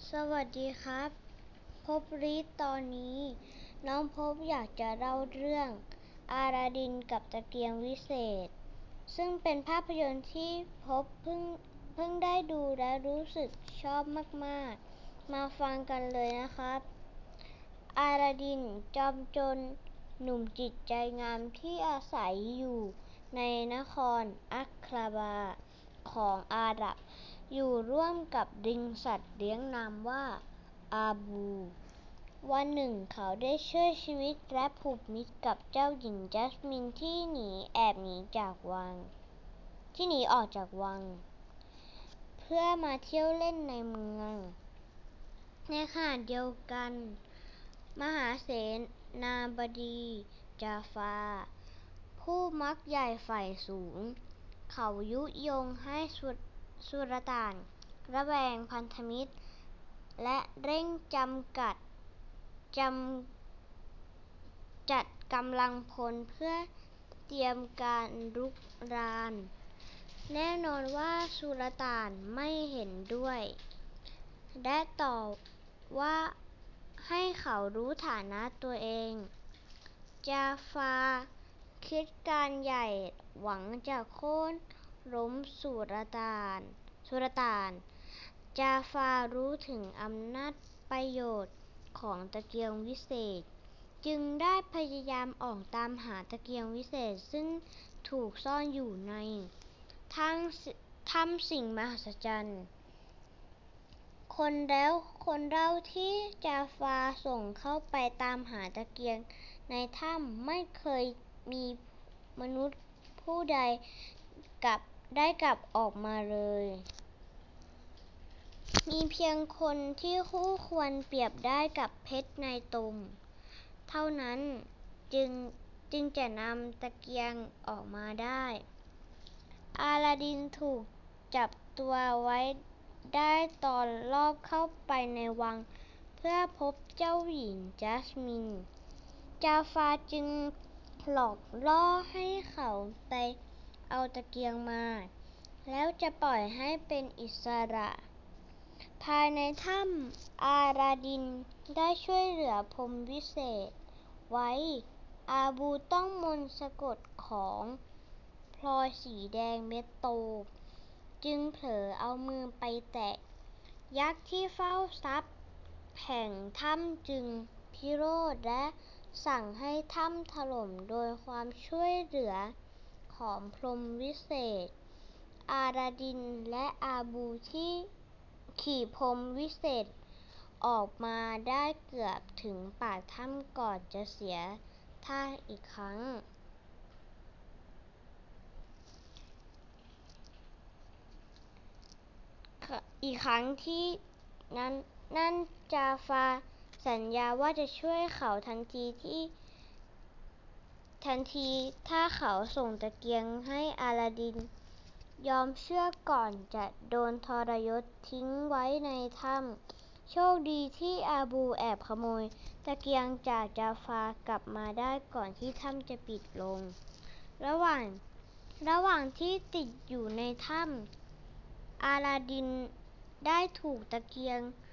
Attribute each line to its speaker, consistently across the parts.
Speaker 1: สวัสดีครับพบริตอนนี้น้องพบอยากจะเล่าเรื่องอาลาดินกับตะเกียงวิเศษซึ่งเป็นภาพยนตร์ที่พบเพิ่งได้ดูและรู้สึกชอบมากๆมาฟังกันเลยนะครับอาลาดินจอมโจรหนุ่มจิตใจงามที่อาศัยอยู่ในนครอัคราบาของอาหรับอยู่ร่วมกับลิงสัตว์เลี้ยงนามว่าอาบูวันหนึ่งเขาได้ช่วยชีวิตและผูกมิตรกับเจ้าหญิงจัสมินที่หนีออกจากวังเพื่อมาเที่ยวเล่นในเมืองในขณะเดียวกันมหาเสนาบดีจาฟาร์ผู้มักใหญ่ใฝ่สูงเขายุยงให้สุลต่านระแวงพันธมิตรและเร่งจจัดกำลังพลเพื่อเตรียมการรุกรานแน่นอนว่าสุลต่านไม่เห็นด้วยและตอบว่าให้เขารู้ฐานะตัวเองจาฟาร์คิดการใหญ่หวังจะโค่นล้มสุลต่านจาฟาร์รู้ถึงอำนาจประโยชน์ของตะเกียงวิเศษจึงได้พยายามออกตามหาตะเกียงวิเศษซึ่งถูกซ่อนอยู่ในถ้ำสิ่งมหัศจรรย์คนเล่าที่จาฟาร์ส่งเข้าไปตามหาตะเกียงในถ้ำไม่เคยมีมนุษย์ผู้ใดได้กลับออกมาเลยมีเพียงคนที่คู่ควรเปรียบได้กับเพชรในตุ่มเท่านั้นจึงจะนำตะเกียงออกมาได้อาลาดินถูกจับตัวไว้ได้ตอนลอบเข้าไปในวังเพื่อพบเจ้าหญิงจัสมินจาฟาร์จึงหลอกล่อให้เขาไปเอาตะเกียงมาแล้วจะปล่อยให้เป็นอิสระภายในถ้ำอาลาดินได้ช่วยเหลือพรหมวิเศษไว้อาบูต้องมนต์สะกดของพลอยสีแดงเม็ดโตจึงเผลอเอามือไปแตะยักษ์ที่เฝ้าทรัพย์แห่งถ้ำจึงพิโรธและสั่งให้ถ้ำถล่มโดยความช่วยเหลือของพรหมวิเศษอาลาดินและอาบูที่ขี่พรหมวิเศษออกมาได้เกือบถึงปากถ้ำก่อนจะเสียท่าอีกครั้งที่นั่นจาฟาร์สัญญาว่าจะช่วยเขาทันทีถ้าเขาส่งตะเกียงให้อาลาดินยอมเชื่อก่อนจะโดนทรยศทิ้งไว้ในถ้ำโชคดีที่อาบูแอบขโมยตะเกียงจากจาฟาร์กลับมาได้ก่อนที่ถ้ำจะปิดลงระหว่างที่ติดอยู่ในถ้ำอาลาดินได้ถูตะเกี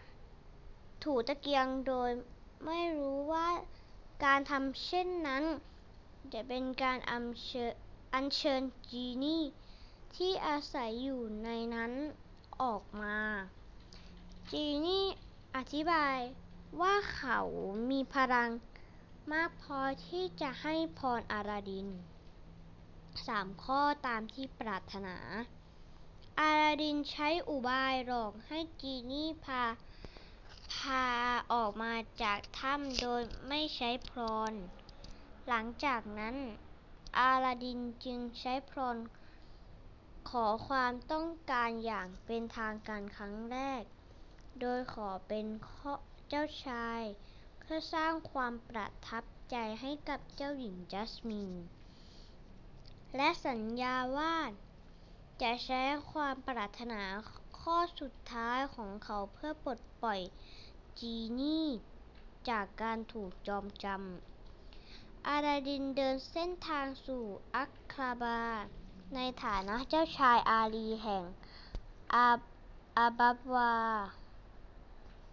Speaker 1: ยงโดยไม่รู้ว่าการทำเช่นนั้นจะเป็นการอัญเชิญจีนี่ที่อาศัยอยู่ในนั้นออกมาจีนี่อธิบายว่าเขามีพลังมากพอที่จะให้พรอาลาดิน3 ข้อตามที่ปรารถนาอาลาดินใช้อุบายหลอกให้จีนี่พาออกมาจากถ้ำโดยไม่ใช้พรหลังจากนั้นอาลาดินจึงใช้พรขอความต้องการอย่างเป็นทางการครั้งแรกโดยขอเป็นเจ้าชายเพื่อสร้างความประทับใจให้กับเจ้าหญิงจัสมินและสัญญาว่าจะใช้ความปรารถนาข้อสุดท้ายของเขาเพื่อปลดปล่อยจีนี่จากการถูกจองจำอาลาดินเดินเส้นทางสู่อัคราบาในฐานะเจ้าชายอาลีแห่งอาบับวา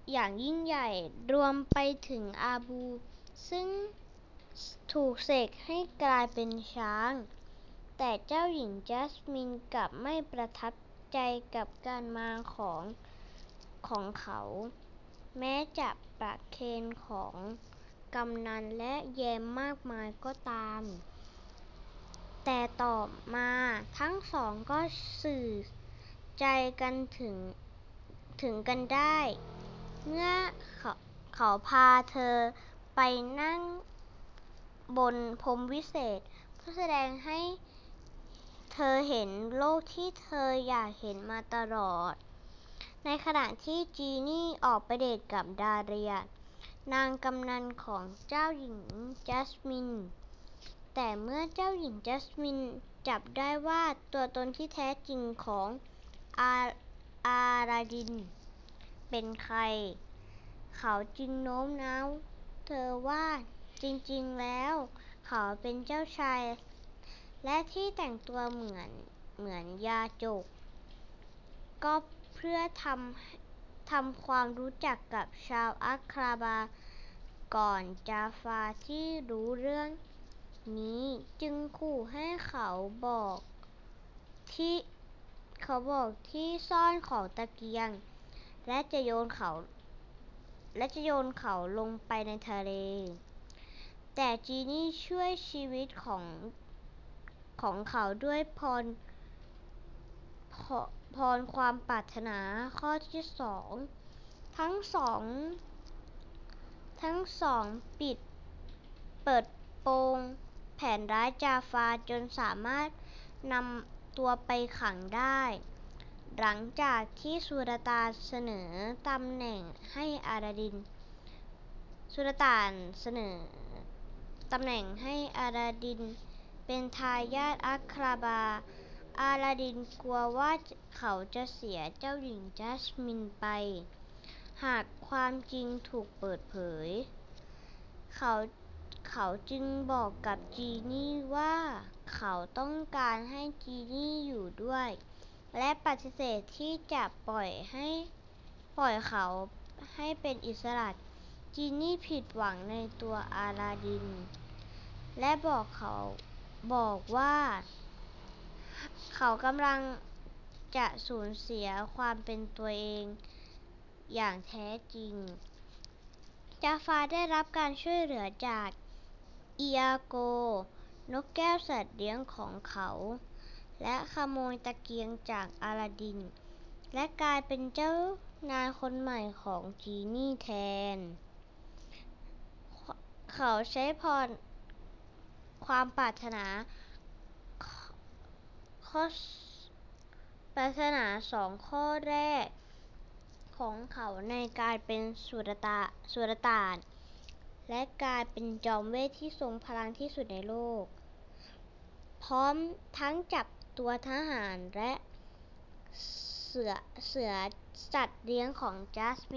Speaker 1: อย่างยิ่งใหญ่รวมไปถึงอาบูซึ่งถูกเสกให้กลายเป็นช้างแต่เจ้าหญิงจัสมินกลับไม่ประทับใจกับการมาของเขาแม้จะประเคนของกำนัลและแย้มมากมายก็ตามแต่ต่อมาทั้งสองก็สื่อใจกันถึงกันได้เมื่อเขาพาเธอไปนั่งบนพรมวิเศษเพื่อแสดงให้เธอเห็นโลกที่เธออยากเห็นมาตลอดในขณะที่จีนี่ออกไปเดทกับดาเลียนางกำนัลของเจ้าหญิงจัสมินแต่เมื่อเจ้าหญิงจัสมินจับได้ว่าตัวตนที่แท้จริงของอาลาดินเป็นใครเขาจึงโน้มน้าวเธอว่าจริงๆแล้วเขาเป็นเจ้าชายและที่แต่งตัวเหมือนยาจกก็เพื่อทำความรู้จักกับชาวอัคราบาก่อนจาฟาที่รู้เรื่องนี้จึงขู่ให้เขาบอกที่ซ่อนของตะเกียงและจะโยนเขาลงไปในทะเลแต่จีนี่ช่วยชีวิตของเขาด้วยพรความปรารถนาข้อที่สองทั้งสองเปิดโปงแผนร้ายจาฟาจนสามารถนำตัวไปขังได้หลังจากที่สุลต่านเสนอตำแหน่งให้อาลาดินเป็นทายาทอัคราบาอาลาดินกลัวว่าเขาจะเสียเจ้าหญิงจัสมินไปหากความจริงถูกเปิดเผยเขาจึงบอกกับจีนี่ว่าเขาต้องการให้จีนี่อยู่ด้วยและปฏิเสธที่จะปล่อยเขาให้เป็นอิสระจีนี่ผิดหวังในตัวอาลาดินและบอกว่าเขากำลังจะสูญเสียความเป็นตัวเองอย่างแท้จริงจาฟาได้รับการช่วยเหลือจากอีอาโกนกแก้วสัตว์เลี้ยงของเขาและขโมยตะเกียงจากอาลาดินและกลายเป็นเจ้านายคนใหม่ของจีนี่แทนเขาใช้พรความปรารถนาสองข้อแรกของเขาในการเป็นสุลต่านและกลายเป็นจอมเวทที่ทรงพลังที่สุดในโลกพร้อมทั้งจับตัวทหารและเสือสัตว์เลี้ยงของจัส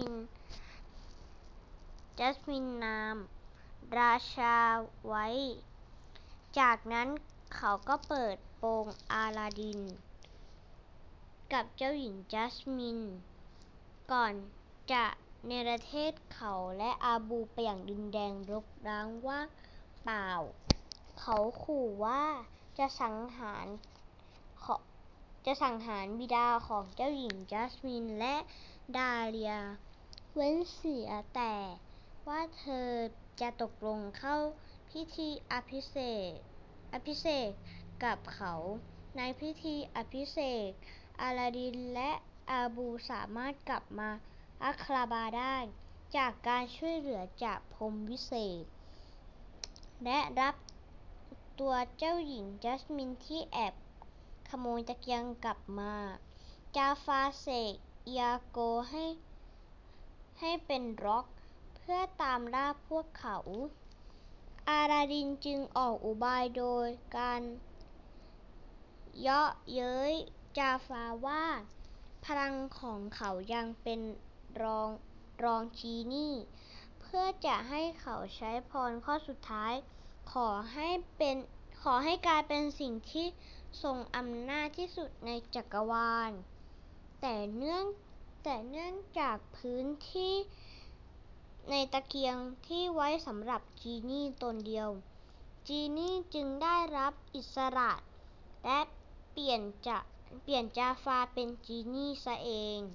Speaker 1: มินนามราชาไว้จากนั้นเขาก็เปิดโปงอาลาดินกับเจ้าหญิงจัสมินก่อนจะเนรเทศเขาและอาบูไปยังดินแดนรกร้างว่างเปล่าเขาขู่ว่าจะสังหารบิดาของเจ้าหญิงจัสมินและดาเลียเว้นเสียแต่ว่าเธอจะตกลงเข้าพิธีอภิเษกกับเขาในพิธีอภิเษกอาลาดินและอาบูสามารถกลับมาอัคราบาได้จากการช่วยเหลือจากพรหมวิเศษและรับตัวเจ้าหญิงจัสมินที่แอบขโมยตะเกียงกลับมาจาฟาเสกอีอาโกให้เป็นร็อกเพื่อตามล่าพวกเขาอาลาดินจึงออกอุบายโดยการเยาะเย้ยจาฟาว่าพลังของเขายังเป็นรองจีนี่เพื่อจะให้เขาใช้พรข้อสุดท้ายขอให้กลายเป็นสิ่งที่ทรงอำนาจที่สุดในจักรวาลแต่เนื่องแต่เนื่องจากพื้นที่ในตะเกียงที่ไว้สำหรับจีนี่ตนเดียว จีนี่จึงได้รับอิสระและเปลี่ยนจาฟาเป็นจีนี่ซะเอง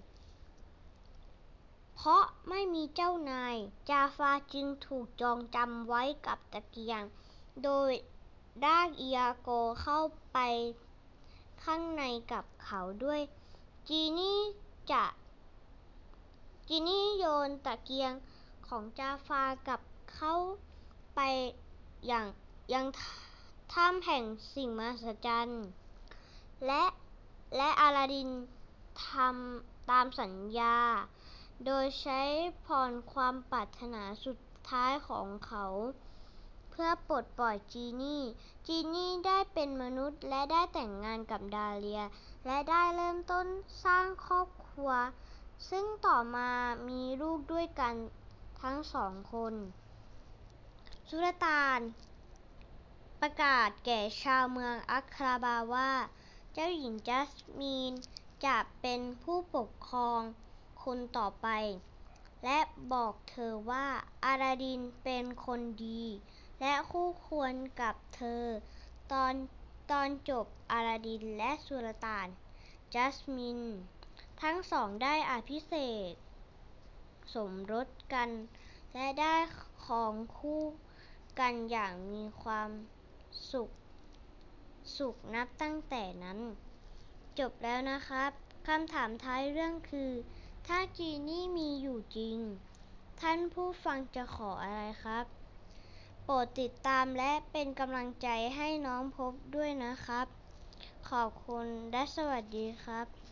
Speaker 1: เพราะไม่มีเจ้านาย จาฟาจึงถูกจองจำไว้กับตะเกียง โดยร่างอีอาโกเข้าไปข้างในกับเขาด้วย จีนี่โยนตะเกียงของจาฟากลับเข้าไปยังถ้ำแห่งสิ่งมหัศจรรย์ และอลาดินทำตามสัญญา โดยใช้พรความปรารถนาสุดท้ายของเขาเพื่อปลดปล่อยจีนี่ จีนี่ได้เป็นมนุษย์และได้แต่งงานกับดาเลีย และได้เริ่มต้นสร้างครอบครัว ซึ่งต่อมามีลูกด้วยกันทั้งสองคน สุลต่านประกาศแก่ชาวเมืองอัคราบาว่า เจ้าหญิงจัสมีนจะเป็นผู้ปกครองคนต่อไป และบอกเธอว่าอลาดินเป็นคนดีและคู่ควรกับเธอ ตอนจบอลาดินและสุลต่านจัสมินทั้งสองได้อภิเษกสมรสกันและได้ครองคู่กันอย่างมีความสุขนับตั้งแต่นั้น จบแล้วนะครับ คำถามท้ายเรื่องคือ ถ้าจีนี่มีอยู่จริง ท่านผู้ฟังจะขออะไรครับ โปรดติดตามและเป็นกำลังใจให้น้องพบด้วยนะครับ ขอบคุณและสวัสดีครับ